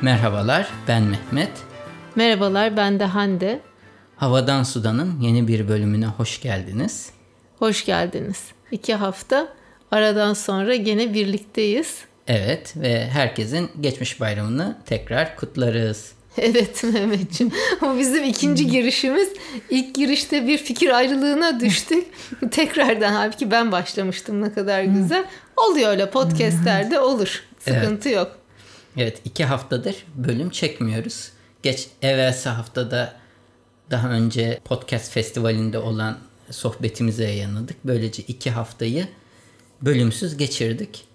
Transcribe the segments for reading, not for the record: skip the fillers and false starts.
Merhabalar, ben Mehmet. Merhabalar, ben de Hande. Havadan Sudan'ın yeni bir bölümüne hoş geldiniz. Hoş geldiniz. 2 hafta aradan sonra gene birlikteyiz. Evet ve herkesin geçmiş bayramını tekrar kutlarız. Evet Mehmetciğim. O bizim ikinci girişimiz. İlk girişte bir fikir ayrılığına düştük. Tekrardan halbuki ben başlamıştım, ne kadar güzel. Oluyor öyle, podcastlerde olur. Sıkıntı yok. Evet, 2 haftadır bölüm çekmiyoruz. Evvelsi haftada daha önce podcast festivalinde olan sohbetimize yayınladık. Böylece 2 haftayı bölümsüz geçirdik.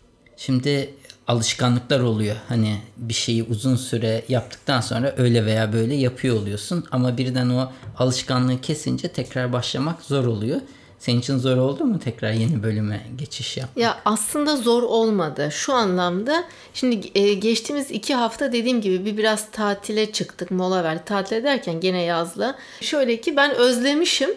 Şimdi alışkanlıklar oluyor. Hani bir şeyi uzun süre yaptıktan sonra öyle veya böyle yapıyor oluyorsun. Ama birden o alışkanlığı kesince tekrar başlamak zor oluyor. Senin için zor oldu mu tekrar yeni bölüme geçiş yapmak? Ya aslında zor olmadı şu anlamda. Şimdi geçtiğimiz 2 hafta dediğim gibi biraz tatile çıktık, mola verdik. Tatil ederken gene yazla. Şöyle ki ben özlemişim.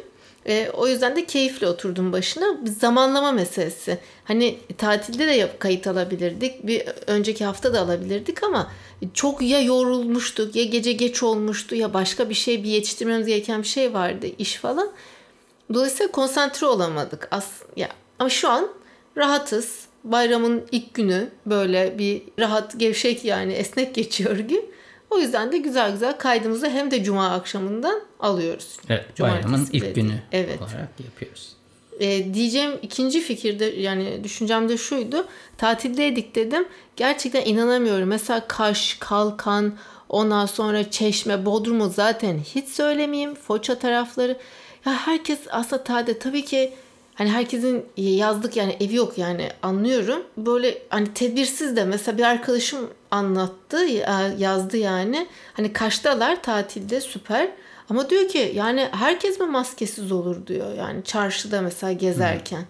O yüzden de keyifle oturdum başına. Bir zamanlama meselesi. Hani tatilde de kayıt alabilirdik. Bir önceki hafta da alabilirdik ama çok ya yorulmuştuk, ya gece geç olmuştu, ya başka bir şey, bir yetiştirmemiz gereken bir şey vardı, iş falan. Dolayısıyla konsantre olamadık. Ama şu an rahatız. Bayramın ilk günü böyle bir rahat, gevşek, yani esnek geçiyor gün. O yüzden de güzel güzel kaydımızı hem de cuma akşamından alıyoruz. Evet, bayramın ilk günü olarak yapıyoruz. Diyeceğim ikinci fikirde, yani düşüncem de şuydu. Tatildeydik dedim. Gerçekten inanamıyorum. Mesela Kaş, Kalkan, ondan sonra Çeşme, Bodrum'u zaten hiç söylemeyeyim. Foça tarafları. Ya herkes aslında tatilde. Tabii ki hani herkesin yazlık, yani evi yok, yani anlıyorum. Böyle hani tedbirsiz de, mesela bir arkadaşım anlattı, yazdı yani. Hani Kaş'talar tatilde, süper. Ama diyor ki yani herkes mi maskesiz olur diyor. Yani çarşıda mesela gezerken.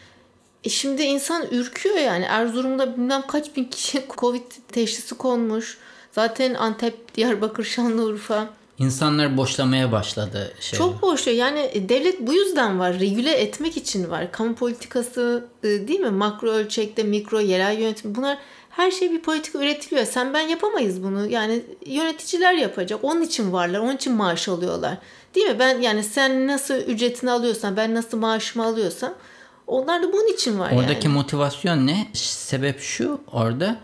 Şimdi insan ürküyor yani. Erzurum'da bilmem kaç bin kişi Covid teşhisi konmuş. Zaten Antep, Diyarbakır, Şanlıurfa. İnsanlar boşlamaya başladı. Çok boşluyor. Yani devlet bu yüzden var. Regüle etmek için var. Kamu politikası değil mi? Makro ölçekte, mikro, yerel yönetim. Bunlar, her şey bir politika üretiliyor. Sen ben yapamayız bunu. Yani yöneticiler yapacak. Onun için varlar. Onun için maaş alıyorlar. Değil mi? Ben, yani sen nasıl ücretini alıyorsan, ben nasıl maaşımı alıyorsam, onlar da bunun için var. Oradaki yani. motivasyon ne? Sebep şu: orada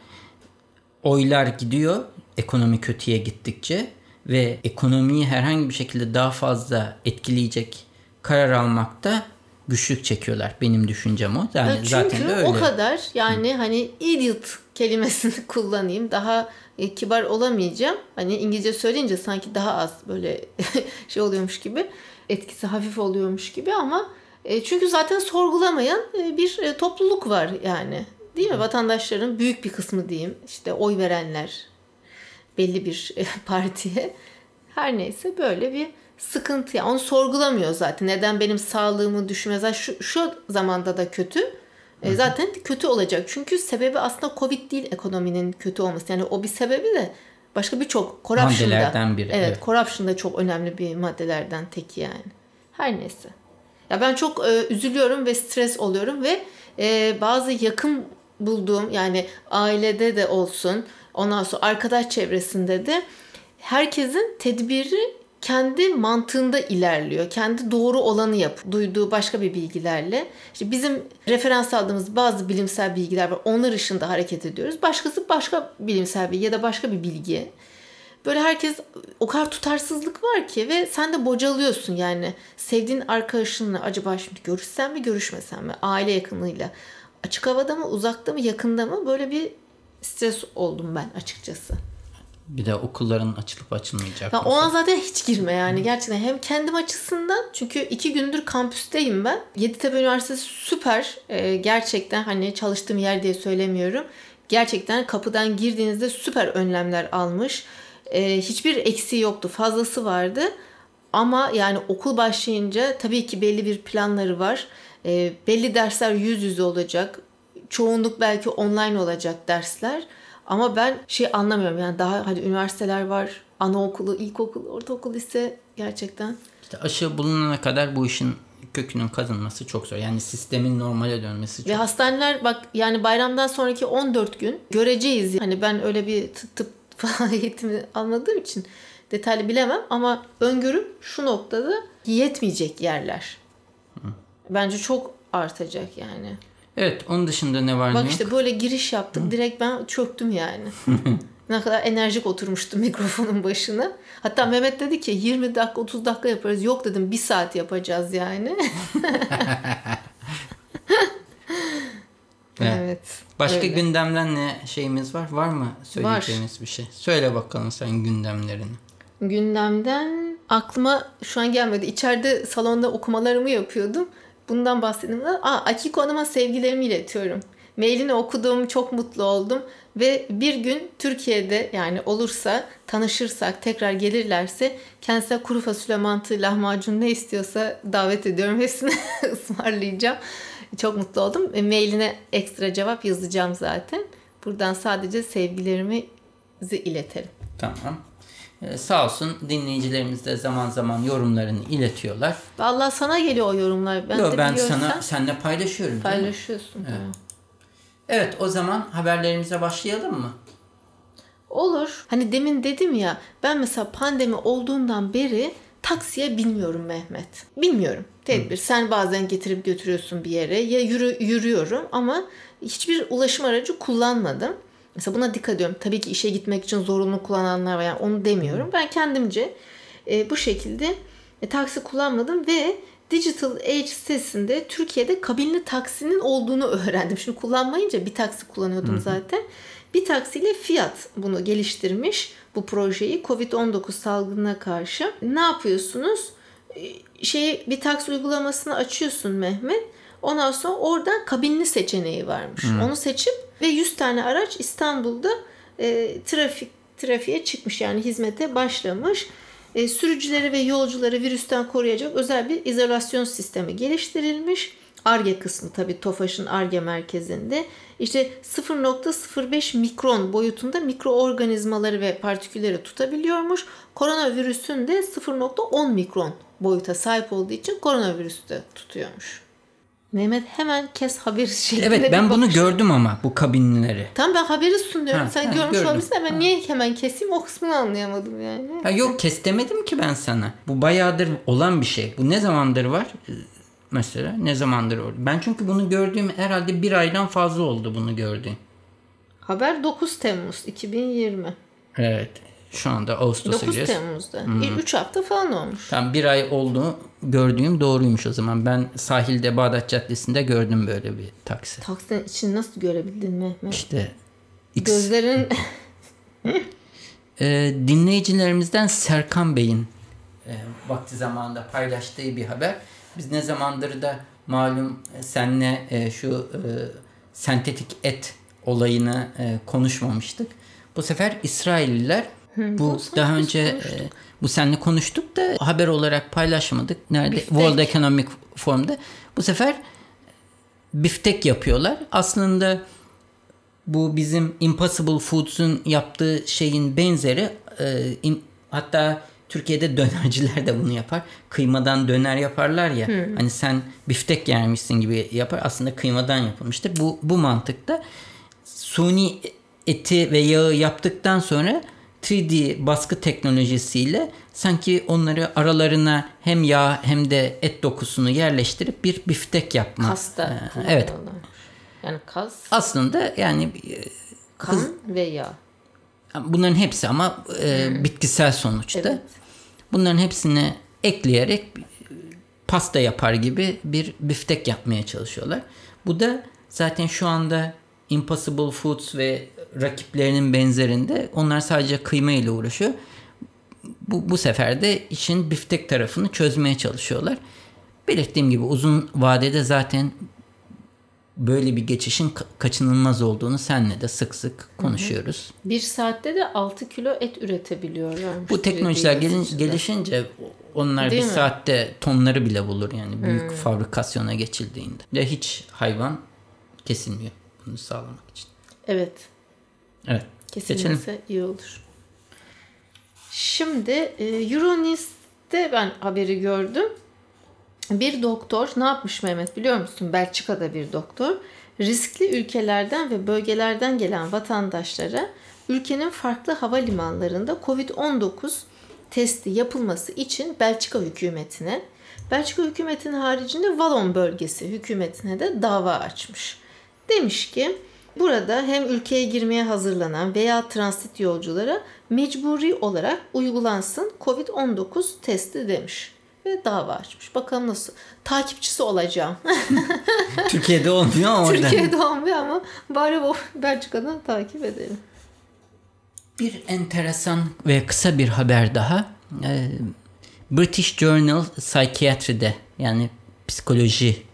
oylar gidiyor ekonomi kötüye gittikçe ve ekonomiyi herhangi bir şekilde daha fazla etkileyecek karar almakta güçlük çekiyorlar. Benim düşüncem o. Yani çünkü zaten de öyle. O kadar yani hani idiot kelimesini kullanayım. Daha kibar olamayacağım. Hani İngilizce söyleyince sanki daha az böyle şey oluyormuş gibi. Etkisi hafif oluyormuş gibi ama çünkü zaten sorgulamayan bir topluluk var yani. Değil mi? Vatandaşların büyük bir kısmı diyeyim. İşte oy verenler belli bir partiye. Her neyse, böyle bir sıkıntı. Yani onu sorgulamıyor zaten. Neden benim sağlığımı düşünmez? Şu zamanda da kötü. Zaten kötü olacak. Çünkü sebebi aslında Covid değil ekonominin kötü olması. Yani o bir sebebi de başka birçok maddelerden biri. Evet, corruption da çok önemli bir maddelerden teki yani. Her neyse. Ya ben çok üzülüyorum ve stres oluyorum ve bazı yakın bulduğum, yani ailede de olsun, ondan sonra arkadaş çevresinde de herkesin tedbiri kendi mantığında ilerliyor. Kendi doğru olanı duyduğu başka bir bilgilerle. İşte bizim referans aldığımız bazı bilimsel bilgiler var. Onlar ışığında hareket ediyoruz. Başkası başka bilimsel bilgi ya da başka bir bilgi. Böyle herkes, o kadar tutarsızlık var ki ve sen de bocalıyorsun yani. Sevdiğin arkadaşınla acaba şimdi görüşsem mi görüşmesem mi? Aile yakınıyla. Açık havada mı, uzakta mı, yakında mı? Böyle bir stres oldum ben açıkçası. Bir de okulların açılıp açılmayacak. Ona zaten hiç girme yani. Gerçekten hem kendim açısından, çünkü 2 gündür kampüsteyim ben. Yeditepe Üniversitesi süper. Gerçekten hani çalıştığım yer diye söylemiyorum. Gerçekten kapıdan girdiğinizde süper önlemler almış. Hiçbir eksiği yoktu. Fazlası vardı. Ama yani okul başlayınca tabii ki belli bir planları var. Belli dersler yüz yüze olacak. Çoğunluk belki online olacak dersler. Ama ben anlamıyorum yani, daha hadi üniversiteler var, anaokulu, ilkokul, ortaokul, lise, gerçekten. İşte aşı bulunana kadar bu işin kökünün kazınması çok zor. Yani sistemin normale dönmesi çok zor. Ve hastaneler bak, yani bayramdan sonraki 14 gün göreceğiz. Hani ben öyle bir tıp falan eğitimi almadığım için detaylı bilemem ama öngörüm şu noktada yetmeyecek yerler. Bence çok artacak yani. Evet, onun dışında ne var ne yok? Bak işte böyle giriş yaptık. Direkt ben çöktüm yani. Ne kadar enerjik oturmuştum mikrofonun başına. Hatta Mehmet dedi ki 20 dakika 30 dakika yaparız. Yok dedim 1 saat yapacağız yani. Evet. Başka öyle. gündemden ne şeyimiz var? Var mı söyleyeceğimiz bir şey? Söyle bakalım sen gündemlerini. Gündemden aklıma şu an gelmedi. İçeride salonda okumalarımı yapıyordum. Bundan bahsedeyim. Akiko Hanım'a sevgilerimi iletiyorum. Mailini okudum, çok mutlu oldum. Ve bir gün Türkiye'de yani olursa, tanışırsak, tekrar gelirlerse kendisine kuru fasulye, mantı, lahmacun ne istiyorsa davet ediyorum. Hepsini ısmarlayacağım. Çok mutlu oldum. Mailine ekstra cevap yazacağım zaten. Buradan sadece sevgilerimizi iletelim. Tamam. Sağ olsun dinleyicilerimiz de zaman zaman yorumlarını iletiyorlar. Vallahi sana geliyor o yorumlar. Ben seninle paylaşıyorum. Paylaşıyorsun. Evet. Evet, o zaman haberlerimize başlayalım mı? Olur. Hani demin dedim ya, ben mesela pandemi olduğundan beri taksiye binmiyorum Mehmet. Bilmiyorum. Tedbir. Sen bazen getirip götürüyorsun bir yere. Ya yürüyorum ama hiçbir ulaşım aracı kullanmadım. Mesela buna dikkat ediyorum. Tabii ki işe gitmek için zorunlu kullananlar var. Yani onu demiyorum. Ben kendimce bu şekilde taksi kullanmadım ve Digital Age sitesinde Türkiye'de kabinli taksinin olduğunu öğrendim. Şimdi kullanmayınca bir taksi kullanıyordum zaten. Bir taksiyle Fiat bunu geliştirmiş, bu projeyi Covid-19 salgınına karşı. Ne yapıyorsunuz? Bir taksi uygulamasını açıyorsun Mehmet. Ondan sonra oradan kabinli seçeneği varmış. Onu seçip ve 100 tane araç İstanbul'da trafiğe çıkmış, yani hizmete başlamış. Sürücüleri ve yolcuları virüsten koruyacak özel bir izolasyon sistemi geliştirilmiş. Ar-Ge kısmı tabii TOFAŞ'ın Ar-Ge merkezinde. İşte 0.05 mikron boyutunda mikroorganizmaları ve partikülleri tutabiliyormuş. Koronavirüsün de 0.10 mikron boyuta sahip olduğu için koronavirüsü de tutuyormuş. Mehmet hemen kes haberi şeklinde. Evet, ben bunu gördüm ama bu kabinleri. Tamam, ben haberi sunuyorum. Sen görmüş gördüm. olabilirsin. Ben niye hemen keseyim, o kısmını anlayamadım yani. Yok, kes demedim ki ben sana. Bu bayağıdır olan bir şey. Bu ne zamandır var? Mesela ne zamandır oldu? Ben çünkü bunu gördüğüm herhalde bir aydan fazla oldu bunu gördüğüm. Haber 9 Temmuz 2020. Evet. Şu anda Ağustos'a 9 giriyoruz. Temmuz'da. 3 hafta falan olmuş. Tam bir ay oldu. Gördüğüm doğruymuş o zaman. Ben sahilde Bağdat Caddesi'nde gördüm böyle bir taksi. Taksinin içini nasıl görebildin Mehmet? İşte Gözlerin... dinleyicilerimizden Serkan Bey'in vakti zamanında paylaştığı bir haber. Biz ne zamandır da malum seninle şu sentetik et olayını konuşmamıştık. Bu sefer İsrailliler bu daha önce bu seninle konuştuk da haber olarak paylaşmadık. Nerede? Biftek. World Economic Forum'da. Bu sefer biftek yapıyorlar. Aslında bu bizim Impossible Foods'un yaptığı şeyin benzeri. Hatta Türkiye'de dönerciler de bunu yapar. Kıymadan döner yaparlar ya. Hani sen biftek yermişsin gibi yapar. Aslında kıymadan yapılmıştır. Bu mantıkta suni eti ve yağı yaptıktan sonra 3D baskı teknolojisiyle sanki onları aralarına hem yağ hem de et dokusunu yerleştirip bir biftek yapma. Kasta. Evet. Yani kas. Aslında yani kan ve yağ. Bunların hepsi ama bitkisel sonuçta. Evet. Bunların hepsini ekleyerek pasta yapar gibi bir biftek yapmaya çalışıyorlar. Bu da zaten şu anda Impossible Foods ve rakiplerinin benzerinde onlar sadece kıyma ile uğraşıyor. Bu sefer de işin biftek tarafını çözmeye çalışıyorlar. Belirttiğim gibi uzun vadede zaten böyle bir geçişin kaçınılmaz olduğunu seninle de sık sık konuşuyoruz. Bir saatte de 6 kilo et üretebiliyorlar. Bu teknolojiler gelişince onlar Değil bir mi? saatte tonları bile bulur yani büyük fabrikasyona geçildiğinde. Ve hiç hayvan kesilmiyor bunu sağlamak için. Evet. Evet. Kesilmese iyi olur. Şimdi Euronews'te ben haberi gördüm. Bir doktor ne yapmış Mehmet biliyor musun? Belçika'da bir doktor. riskli ülkelerden ve bölgelerden gelen vatandaşlara ülkenin farklı havalimanlarında COVID-19 testi yapılması için Belçika hükümetine, Belçika hükümetinin haricinde Wallon bölgesi hükümetine de dava açmış. Demiş ki burada hem ülkeye girmeye hazırlanan veya transit yolculara mecburi olarak uygulansın COVID-19 testi demiş. Ve dava açmış. Bakalım nasıl? Takipçisi olacağım. Türkiye'de olmuyor orada. Türkiye'de olmuyor ama bari o Belçika'dan takip edelim. Bir enteresan ve kısa bir haber daha. British Journal Psychiatry'de yani psikoloji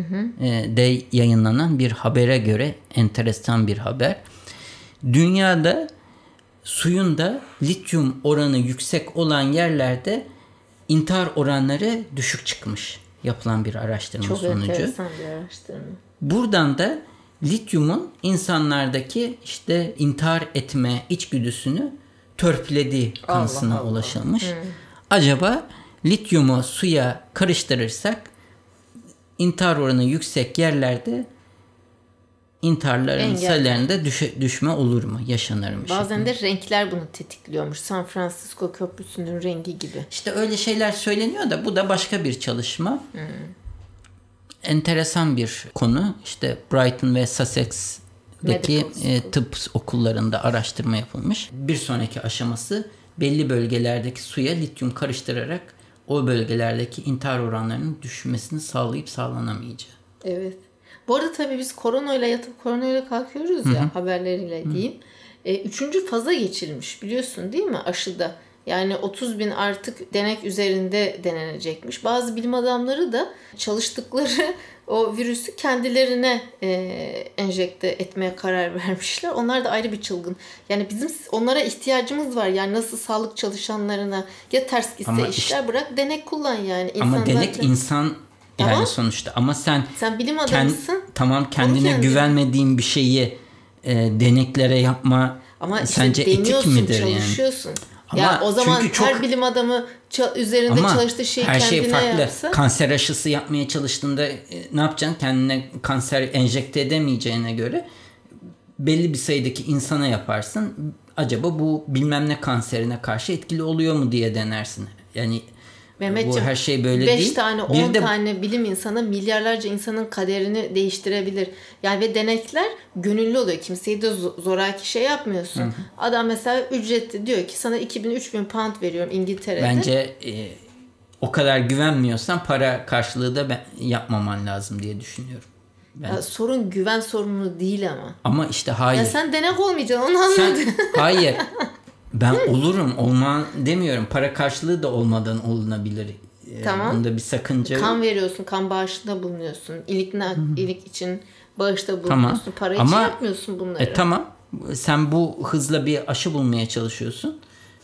de yayınlanan bir habere göre enteresan bir haber. Dünyada suyun da lityum oranı yüksek olan yerlerde intihar oranları düşük çıkmış. Yapılan bir araştırma çok sonucu. Çok enteresan bir araştırma. Buradan da lityumun insanlardaki işte intihar etme içgüdüsünü törpülediği kanısına ulaşılmış. Acaba lityumu suya karıştırırsak intihar oranı yüksek yerlerde intiharların sayılarında düşme olur mu? Yaşanır mı? Bazen de renkler bunu tetikliyormuş. San Francisco Köprüsü'nün rengi gibi. İşte öyle şeyler söyleniyor da bu da başka bir çalışma. Enteresan bir konu. İşte Brighton ve Sussex'deki tıp okullarında araştırma yapılmış. Bir sonraki aşaması belli bölgelerdeki suya lityum karıştırarak o bölgelerdeki intihar oranlarının düşmesini sağlayıp sağlanamayacağı. Evet. Bu arada tabii biz koronayla yatıp koronayla kalkıyoruz ya haberleriyle diyeyim. 3. faza geçilmiş biliyorsun değil mi aşıda? Yani 30.000 artık denek üzerinde denenecekmiş. Bazı bilim adamları da çalıştıkları o virüsü kendilerine enjekte etmeye karar vermişler. Onlar da ayrı bir çılgın. Yani bizim onlara ihtiyacımız var. Yani nasıl sağlık çalışanlarına ya ters gitse işler bırak denek kullan yani. İnsan ama denek zaten insan yani tamam. Sonuçta ama sen bilim adamısın. Tamam kendine güvenmediğin bir şeyi deneklere yapma ama işte sence etik midir yani? Çalışıyorsun. Ama ya o zaman her bilim adamı üzerinde çalıştığı şeyi her kendine şey farklı. Yapsa. Kanser aşısı yapmaya çalıştığında ne yapacaksın? Kendine kanser enjekte edemeyeceğine göre belli bir sayıdaki insana yaparsın. Acaba bu bilmem ne kanserine karşı etkili oluyor mu diye denersin. Yani bu her şey böyle 5 değil. 5 tane 10 tane bilim insanı milyarlarca insanın kaderini değiştirebilir. Yani ve denekler gönüllü oluyor. Kimseyi de zoraki şey yapmıyorsun. Hı-hı. Adam mesela ücretli diyor ki sana 2000-3000 pound veriyorum İngiltere'de. Bence o kadar güvenmiyorsan para karşılığı da yapmaman lazım diye düşünüyorum. Ya, sorun güven sorunu değil ama. Ama işte hayır. Ya sen denek olmayacaksın onu anladın. Hayır. Ben olurum olma demiyorum. Para karşılığı da olmadan olunabilir. Tamam. Bunda bir sakınca yok. Kan veriyorsun, kan bağışında bulunuyorsun. İyilik için bağışta bulunuyorsun. Tamam. Para için yapmıyorsun bunları. Tamam. Sen bu hızla bir aşı bulmaya çalışıyorsun.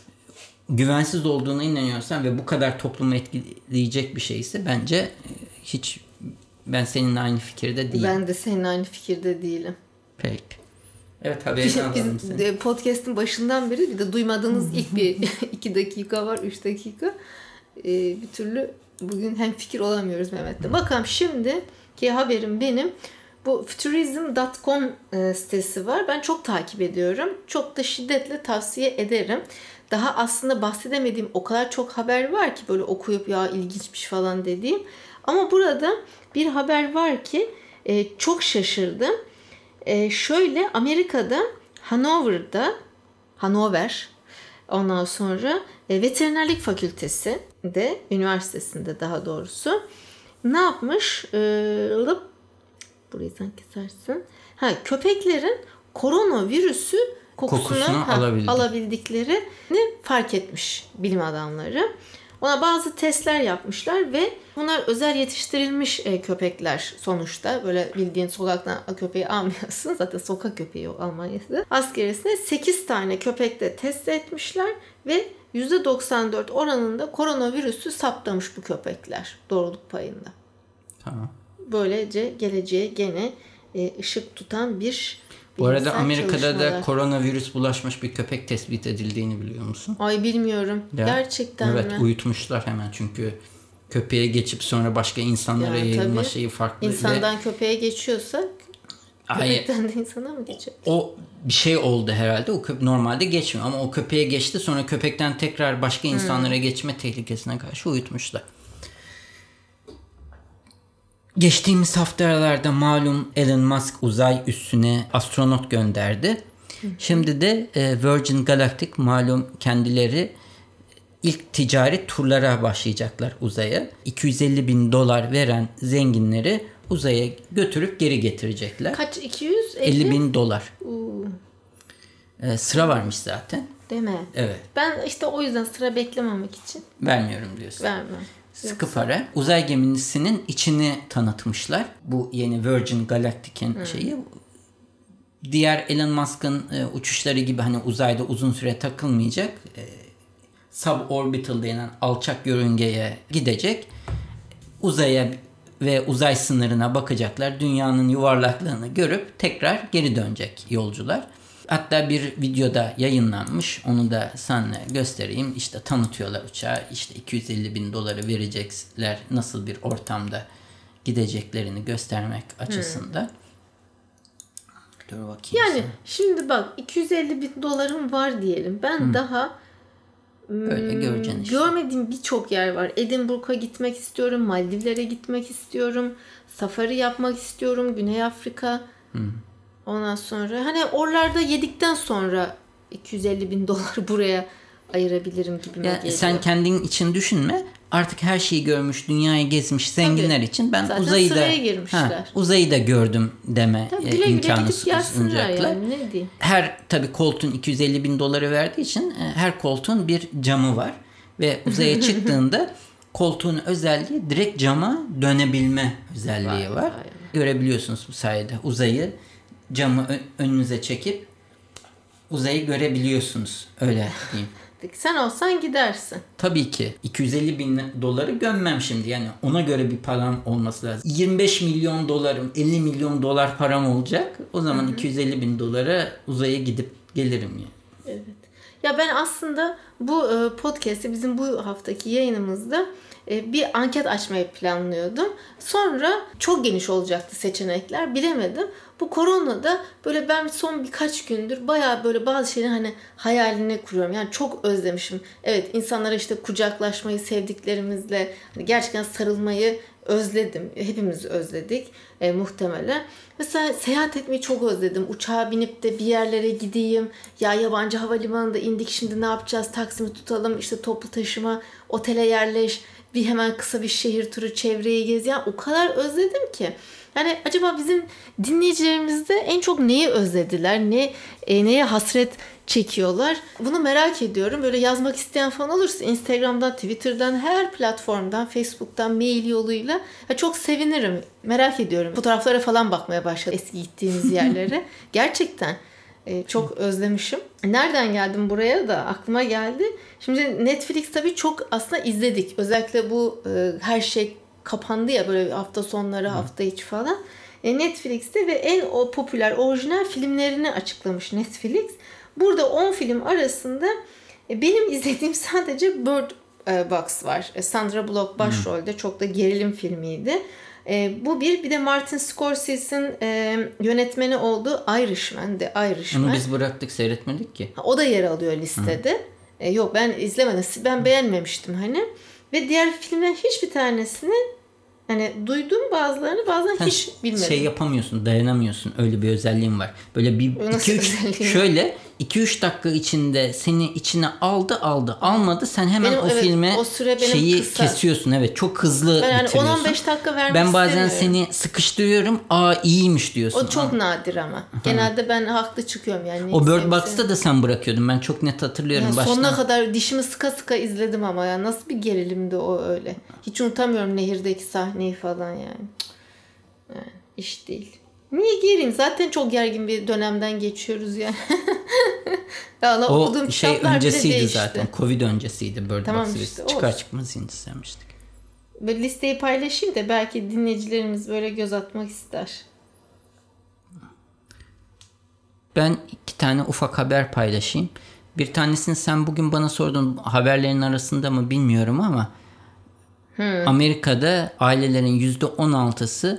Güvensiz olduğuna inanıyorsan ve bu kadar toplumu etkileyecek bir şeyse bence hiç ben seninle aynı fikirde değilim. Ben de seninle aynı fikirde değilim. Peki. Evet haberini alalım seni. Biz podcast'ın başından beri bir de duymadığınız ilk bir 2 dakika var 3 dakika. Bir türlü bugün hem fikir olamıyoruz Mehmet'le. Bakalım şimdiki haberim benim. Bu futurism.com sitesi var. Ben çok takip ediyorum. Çok da şiddetle tavsiye ederim. Daha aslında bahsedemediğim o kadar çok haber var ki böyle okuyup ya ilginçmiş falan dediğim. Ama burada bir haber var ki çok şaşırdım. Şöyle Amerika'da Hanover ondan sonra veterinerlik fakültesi de üniversitesinde daha doğrusu ne yapmış? Burayı sen kesersin. Köpeklerin koronavirüsü kokusunu alabildiklerini fark etmiş bilim adamları. Ona bazı testler yapmışlar ve bunlar özel yetiştirilmiş köpekler sonuçta. Böyle bildiğin sokaktan köpeği almıyorsun. Zaten sokak köpeği yok Almanya'da. Askeresine 8 tane köpekte test etmişler ve %94 oranında koronavirüsü saptamış bu köpekler doğruluk payında. Tamam. Böylece geleceğe gene ışık tutan bir bu arada Amerika'da da koronavirüs bulaşmış bir köpek tespit edildiğini biliyor musun? Ay bilmiyorum. Ya, gerçekten mi? Evet uyutmuşlar hemen çünkü köpeğe geçip sonra başka insanlara yayılma şeyi farklı. İnsandan köpeğe geçiyorsa Köpekten de insana mı geçecek? O bir şey oldu herhalde. O normalde geçmiyor ama o köpeğe geçti. Sonra köpekten tekrar başka insanlara geçme tehlikesine karşı uyutmuşlar. Geçtiğimiz haftalarda malum Elon Musk uzay üssüne astronot gönderdi. Şimdi de Virgin Galactic malum kendileri ilk ticari turlara başlayacaklar uzaya. $250.000 veren zenginleri uzaya götürüp geri getirecekler. Kaç? 250? $50.000. Sıra varmış zaten. Değil mi? Evet. Ben işte o yüzden sıra beklememek için. Vermiyorum diyorsun. Vermem. Sıkı para. Uzay gemisinin içini tanıtmışlar. Bu yeni Virgin Galactic'in şeyi. Diğer Elon Musk'ın uçuşları gibi hani uzayda uzun süre takılmayacak. Suborbital denen alçak yörüngeye gidecek. Uzaya ve uzay sınırına bakacaklar. Dünyanın yuvarlaklığını görüp tekrar geri dönecek yolcular. Hatta bir videoda yayınlanmış. Onu da sana göstereyim. İşte tanıtıyorlar uçağı. İşte $250.000 verecekler. Nasıl bir ortamda gideceklerini göstermek açısından. Dur bakayım. Yani sana. şimdi bak $250.000 var diyelim. Ben daha böyle göreceksin işte. Görmediğim birçok yer var. Edinburgh'a gitmek istiyorum. Maldivlere gitmek istiyorum. Safari yapmak istiyorum. Güney Afrika. Ondan sonra hani oralarda yedikten sonra $250.000 buraya ayırabilirim gibi geliyor. Sen kendin için düşünme. Artık her şeyi görmüş, dünyayı gezmiş zenginler için ben zaten uzayı da uzayı da gördüm deme imkanı sunacaklar. Yani, ne diyeyim? Her tabii koltuğun $250.000 verdiği için her koltuğun bir camı var ve uzaya çıktığında koltuğun özelliği direkt cama dönebilme özelliği var. Görebiliyorsunuz bu sayede uzayı, camı önünüze çekip uzayı görebiliyorsunuz, öyle diyeyim. Sen olsan gidersin. Tabii ki. $250.000 gömmem şimdi. Yani ona göre bir param olması lazım. $25 milyon, $50 milyon param olacak. O zaman $250.000 uzaya gidip gelirim yani. Evet. Ya ben aslında bu podcast'i bizim bu haftaki yayınımızda bir anket açmayı planlıyordum. Sonra çok geniş olacaktı seçenekler. Bilemedim. Bu koronada böyle ben son birkaç gündür bayağı böyle bazı şeylerin hani hayalini kuruyorum. Yani çok özlemişim. Evet, insanlara işte kucaklaşmayı, sevdiklerimizle hani gerçekten sarılmayı özledim. Hepimiz özledik muhtemelen. Mesela seyahat etmeyi çok özledim. Uçağa binip de bir yerlere gideyim. Ya yabancı havalimanında indik, şimdi ne yapacağız? Taksimi tutalım, işte toplu taşıma, otele yerleş. Bir hemen kısa bir şehir turu, çevreyi gez. Yani o kadar özledim ki. Yani acaba bizim dinleyicilerimiz de en çok neyi özlediler? Neye hasret çekiyorlar? Bunu merak ediyorum. Böyle yazmak isteyen falan olursa Instagram'dan, Twitter'dan, her platformdan, Facebook'tan, mail yoluyla çok sevinirim. Merak ediyorum. Fotoğraflara falan bakmaya başladım eski gittiğimiz yerlere. Gerçekten çok özlemişim. Nereden geldim buraya da aklıma geldi. Şimdi Netflix tabii çok aslında izledik. Özellikle bu her şey kapandı ya böyle hafta sonları, hafta içi falan. Netflix'te ve en popüler orijinal filmlerini açıklamış Netflix. Burada 10 film arasında benim izlediğim sadece Bird Box var. Sandra Bullock başrolde, çok da gerilim filmiydi. Bu bir de Martin Scorsese'nin yönetmeni olduğu Irishman. Onu biz bıraktık, seyretmedik ki. O da yer alıyor listede. Yok, ben izlemedim. Ben beğenmemiştim hani. Ve diğer filmlerin hiçbir tanesini hani duydum, bazılarını bazen hiç bilmedim. Şey yapamıyorsun, dayanamıyorsun. Öyle bir özelliğin var. Böyle bir 2-3 dakika içinde seni içine almadı. Sen hemen o filme şeyi kısa kesiyorsun. Evet, çok hızlı ben bitiriyorsun. 10-15 dakika vermek Ben bazen seni sıkıştırıyorum. İyiymiş diyorsun. O çok nadir ama. Genelde ben haklı çıkıyorum yani. O Bird Box'ta da sen bırakıyordun. Ben çok net hatırlıyorum yani baştan. Sonuna kadar dişimi sıka sıka izledim ama ya nasıl bir gerilimdi o öyle. Hiç unutamıyorum nehirdeki sahneyi falan yani. İş değil. Niye gereyim? Zaten çok gergin bir dönemden geçiyoruz yani. O şey öncesiydi zaten. Covid öncesiydi Bird tamam Box. Işte, çıkar çıkmaz izlemiştik. Böyle listeyi paylaşayım da belki dinleyicilerimiz böyle göz atmak ister. Ben 2 tane ufak haber paylaşayım. Bir tanesini sen bugün bana sordun, haberlerin arasında mı bilmiyorum ama Amerika'da ailelerin %16'sı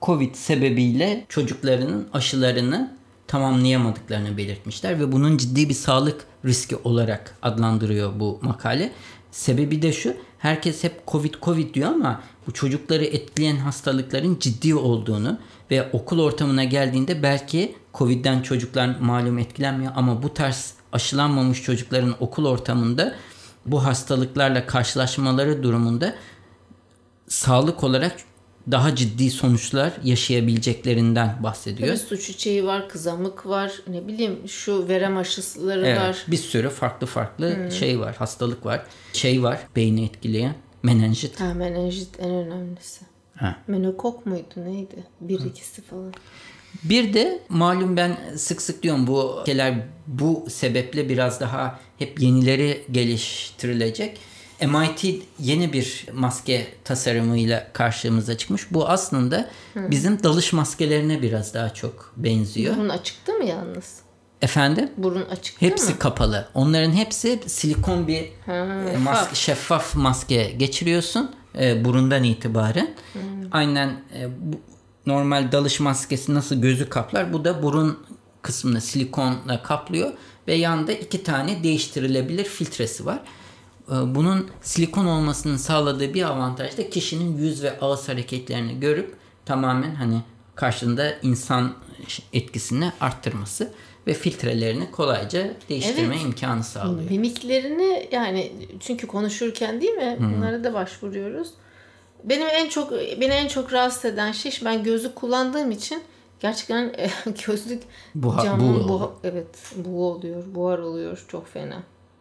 Covid sebebiyle çocuklarının aşılarını tamamlayamadıklarını belirtmişler ve bunun ciddi bir sağlık riski olarak adlandırıyor bu makale. Sebebi de şu, herkes hep Covid diyor ama bu çocukları etkileyen hastalıkların ciddi olduğunu ve okul ortamına geldiğinde belki Covid'den çocuklar malum etkilenmiyor ama bu tarz aşılanmamış çocukların okul ortamında bu hastalıklarla karşılaşmaları durumunda sağlık olarak daha ciddi sonuçlar yaşayabileceklerinden bahsediyor. Tabii su çiçeği var, kızamık var, ne bileyim şu verem aşıları var. Bir sürü farklı şey var, hastalık var. Şey var, beyni etkileyen menenjit. Menenjit en önemlisi. Menokok muydu neydi? 1-2'si falan. Bir de malum ben sık sık diyorum bu şeyler bu sebeple biraz daha hep yenileri geliştirilecek. MIT yeni bir maske tasarımıyla karşımıza çıkmış. Bu aslında bizim dalış maskelerine biraz daha çok benziyor. Burun açıktı mı yalnız? Efendim? Burun açıktı hepsi mı? Kapalı. Onların hepsi silikon bir maske, şeffaf maske geçiriyorsun burundan itibaren. Aynen normal dalış maskesi nasıl gözü kaplar, bu da burun kısmını silikonla kaplıyor ve yanında 2 tane değiştirilebilir filtresi var. Bunun silikon olmasının sağladığı bir avantaj da kişinin yüz ve ağız hareketlerini görüp tamamen hani karşında insan etkisini arttırması ve filtrelerini kolayca değiştirme imkanı sağlıyor. Mimiklerini yani çünkü konuşurken değil mi? Bunlara da başvuruyoruz. Beni en çok rahatsız eden şey, ben gözlük kullandığım için gerçekten gözlük camın buğu oluyor, buhar oluyor, çok fena.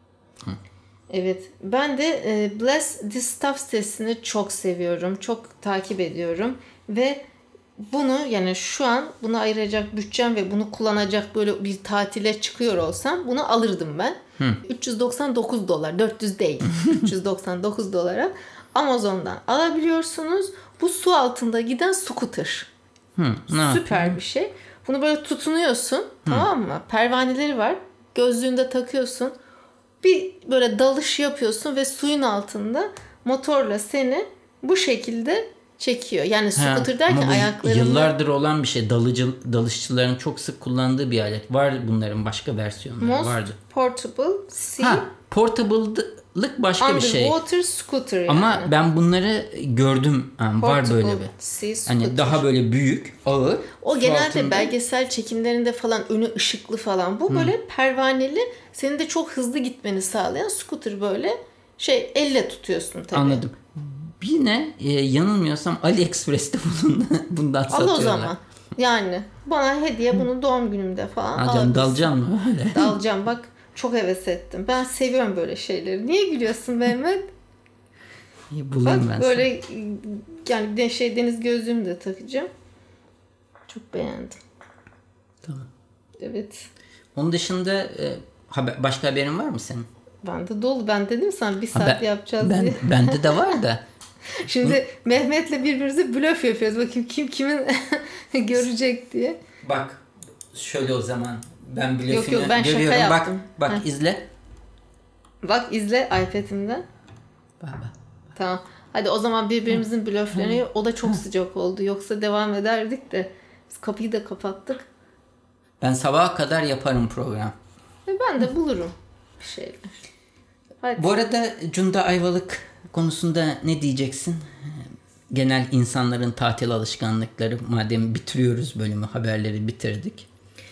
Evet, ben de Bless This Stuff sitesini çok seviyorum, çok takip ediyorum ve bunu yani şu an buna ayıracak bütçem ve bunu kullanacak böyle bir tatile çıkıyor olsam bunu alırdım ben. $399, 400 değil, $399 Amazon'dan alabiliyorsunuz. Bu su altında giden scooter. Süper bir şey. Bunu böyle tutunuyorsun, tamam mı? Pervaneleri var. Gözlüğünde takıyorsun. Bir böyle dalış yapıyorsun ve suyun altında motorla seni bu şekilde çekiyor. Yani scooter derken ayaklarını... Yıllardır olan bir şey. Dalışçıların çok sık kullandığı bir alet. Var bunların başka versiyonları vardı. Portable Sea. Portable'lık başka bir şey. Underwater scooter yani. Ama ben bunları gördüm. Var böyle bir. Hani daha böyle büyük, ağır. O genelde altında... belgesel çekimlerinde falan önü ışıklı falan. Bu böyle pervaneli, senin de çok hızlı gitmeni sağlayan scooter, böyle elle tutuyorsun tabii. Anladım. Yine yanılmıyorsam AliExpress'te bundan satıyorlar. Al o zaman. Yani bana hediye, bunu doğum günümde falan al. Dalacaksın mı öyle? Dalacağım, bak çok heves ettim. Ben seviyorum böyle şeyleri. Niye gülüyorsun Mehmet? Bulayım ben böyle yani deniz gözlüğümü de takacağım. Çok beğendim. Tamam. Evet. Onun dışında başka haberin var mı senin? Bende dolu. Ben dedim sana bir saat yapacağız diye. Bende de var da. Şimdi Mehmet'le birbirimize blöf yapıyoruz. Bakayım kim kimin görecek diye. Bak şöyle o zaman ben blöfünü Yok, ben görüyorum. Şaka yaptım. Bak izle. Bak izle iPad'imden. Bak. Tamam. Hadi o zaman birbirimizin blöflerini, o da çok sıcak oldu. Yoksa devam ederdik de biz kapıyı da kapattık. Ben sabaha kadar yaparım program. Ben de bulurum bir şeyler. Hadi. Bu arada Cunda Ayvalık konusunda ne diyeceksin? Genel insanların tatil alışkanlıkları, madem bitiriyoruz bölümü, haberleri bitirdik.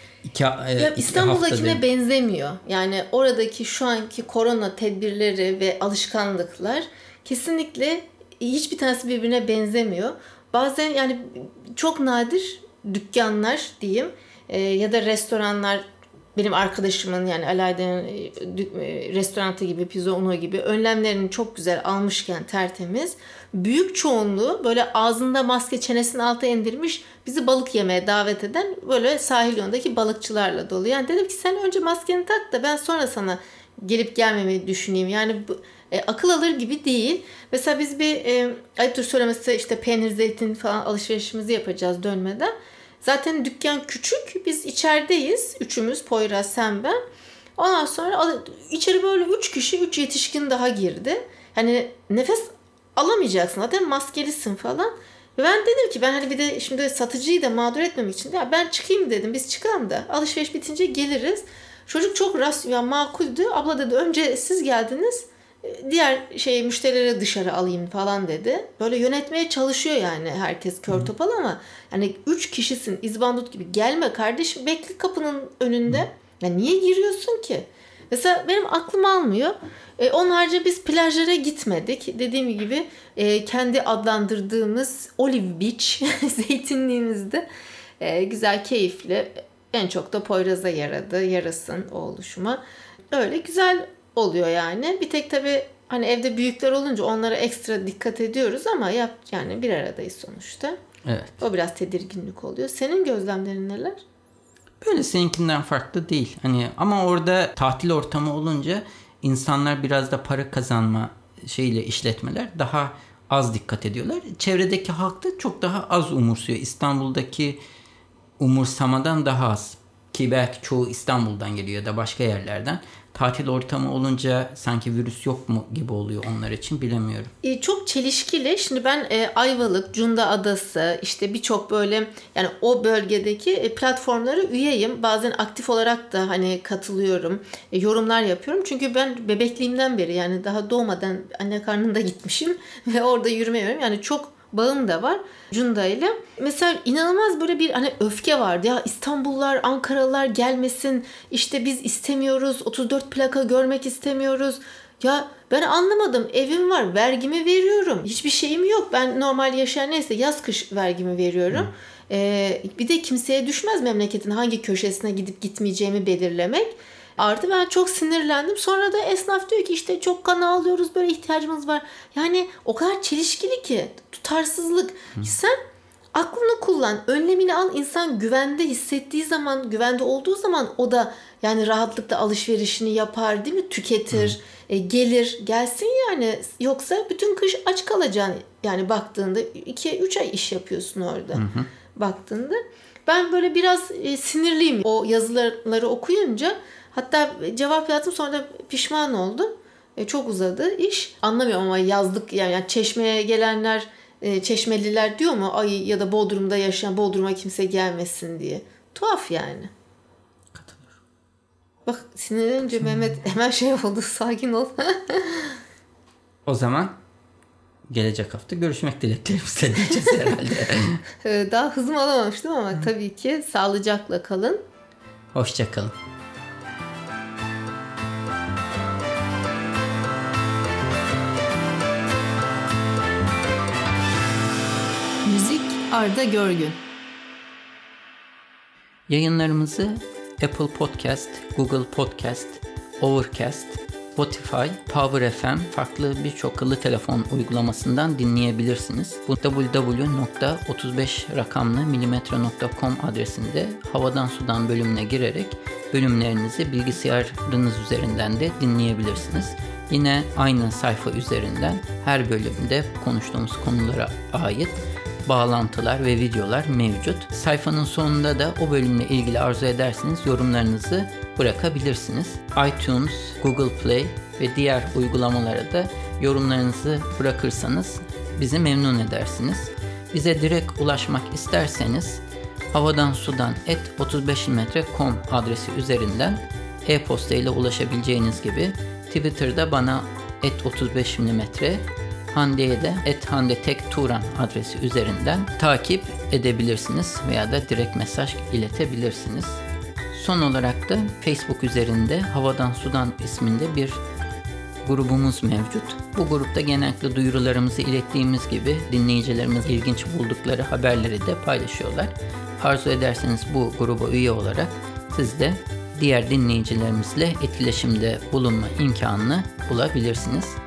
İstanbul'dakine benzemiyor. Yani oradaki şu anki korona tedbirleri ve alışkanlıklar kesinlikle hiçbir tanesi birbirine benzemiyor. Bazen yani çok nadir dükkanlar diyeyim ya da restoranlar, benim arkadaşımın yani Alayda'nın restoranı gibi, Pizza Uno gibi önlemlerini çok güzel almışken tertemiz, büyük çoğunluğu böyle ağzında maske, çenesinin altına indirmiş, bizi balık yemeye davet eden böyle sahil yolundaki balıkçılarla dolu. Yani dedim ki sen önce maskeni tak da ben sonra sana gelip gelmemeyi düşüneyim. Yani akıl alır gibi değil. Mesela biz bir ayıptır söylemesi işte peynir, zeytin falan alışverişimizi yapacağız dönmeden. Zaten dükkan küçük. Biz içerideyiz. Üçümüz, Poyraz, sen, ben. Ondan sonra içeri böyle 3 kişi, 3 yetişkin daha girdi. Yani nefes alamayacaksın. Zaten maskelisin falan. Ve ben dedim ki ben hani bir de şimdi satıcıyı da mağdur etmemek için ya ben çıkayım dedim. Biz çıkalım da alışveriş bitince geliriz. Çocuk çok yani makuldü. Abla dedi önce siz geldiniz. Diğer müşterileri dışarı alayım falan dedi. Böyle yönetmeye çalışıyor yani herkes kör topal ama hani 3 kişisin izbandut gibi gelme kardeşim bekle kapının önünde. Ya niye giriyorsun ki? Mesela benim aklım almıyor. Onun harici biz plajlara gitmedik. Dediğim gibi kendi adlandırdığımız Olive Beach zeytinliğimizde güzel, keyifli. En çok da Poyraz'a yarasın o oluşuma. Öyle güzel oluyor yani. Bir tek tabii hani evde büyükler olunca onlara ekstra dikkat ediyoruz ama yani bir aradayız sonuçta. Evet. O biraz tedirginlik oluyor. Senin gözlemlerin neler? Böyle seninkinden farklı değil. Hani ama orada tatil ortamı olunca insanlar biraz da para kazanma işletmeler daha az dikkat ediyorlar. Çevredeki halk da çok daha az umursuyor. İstanbul'daki umursamadan daha az. Ki belki çoğu İstanbul'dan geliyor ya da başka yerlerden. Tatil ortamı olunca sanki virüs yok mu gibi oluyor onlar için, bilemiyorum. Çok çelişkili. Şimdi ben Ayvalık, Cunda Adası, işte birçok böyle yani o bölgedeki platformlara üyeyim. Bazen aktif olarak da hani katılıyorum, yorumlar yapıyorum. Çünkü ben bebekliğimden beri yani daha doğmadan anne karnında gitmişim ve orada yürümüyorum. Yani çok bağım da var Cunda ile. Mesela inanılmaz böyle bir hani öfke vardı. Ya İstanbullular, Ankaralılar gelmesin. İşte biz istemiyoruz. 34 plaka görmek istemiyoruz. Ya ben anlamadım. Evim var. Vergimi veriyorum. Hiçbir şeyim yok. Ben normal yaşayan neyse yaz kış vergimi veriyorum. Bir de kimseye düşmez memleketin hangi köşesine gidip gitmeyeceğimi belirlemek. Artı ben çok sinirlendim. Sonra da esnaf diyor ki işte çok kan alıyoruz, böyle ihtiyacımız var. Yani o kadar çelişkili ki, tutarsızlık. Sen aklını kullan, önlemini al. İnsan güvende hissettiği zaman, güvende olduğu zaman o da yani rahatlıkla alışverişini yapar, değil mi? Tüketir, gelsin yani. Yoksa bütün kış aç kalacaksın. Yani baktığında 2-3 ay iş yapıyorsun orada. Baktığında. Ben böyle biraz sinirliyim o yazıları okuyunca. Hatta cevap yazdım, sonra da pişman oldum. Çok uzadı iş. Anlamıyorum ama yazdık yani Çeşme'ye gelenler, Çeşmeliler diyor mu? Ay ya da Bodrum'da yaşayan, Bodrum'a kimse gelmesin diye. Tuhaf yani. Katılıyorum. Bak sinirlenince Mehmet hemen oldu, sakin ol. O zaman gelecek hafta görüşmek dileklerimizle diyeceğiz herhalde. Daha hızımı alamamıştım ama tabii ki sağlıcakla kalın. Hoşça kalın. Müzik Arda Görgün. Yayınlarımızı Apple Podcast, Google Podcast, Overcast, Spotify, Power FM, farklı birçok akıllı telefon uygulamasından dinleyebilirsiniz. Bu www.35rakamlı-mm.com adresinde Havadan Sudan bölümüne girerek bölümlerinizi bilgisayarınız üzerinden de dinleyebilirsiniz. Yine aynı sayfa üzerinden her bölümde konuştuğumuz konulara ait bağlantılar ve videolar mevcut. Sayfanın sonunda da o bölümle ilgili arzu ederseniz yorumlarınızı bırakabilirsiniz. iTunes, Google Play ve diğer uygulamalara da yorumlarınızı bırakırsanız bizi memnun edersiniz. Bize direkt ulaşmak isterseniz havadansudan@35mm.com adresi üzerinden e-posta ile ulaşabileceğiniz gibi Twitter'da bana @35mm, Hande'ye de @handetekturan adresi üzerinden takip edebilirsiniz veya da direkt mesaj iletebilirsiniz. Son olarak da Facebook üzerinde Havadan Sudan isminde bir grubumuz mevcut. Bu grupta genellikle duyurularımızı ilettiğimiz gibi dinleyicilerimiz ilginç buldukları haberleri de paylaşıyorlar. Arzu ederseniz bu gruba üye olarak siz de diğer dinleyicilerimizle etkileşimde bulunma imkanını bulabilirsiniz.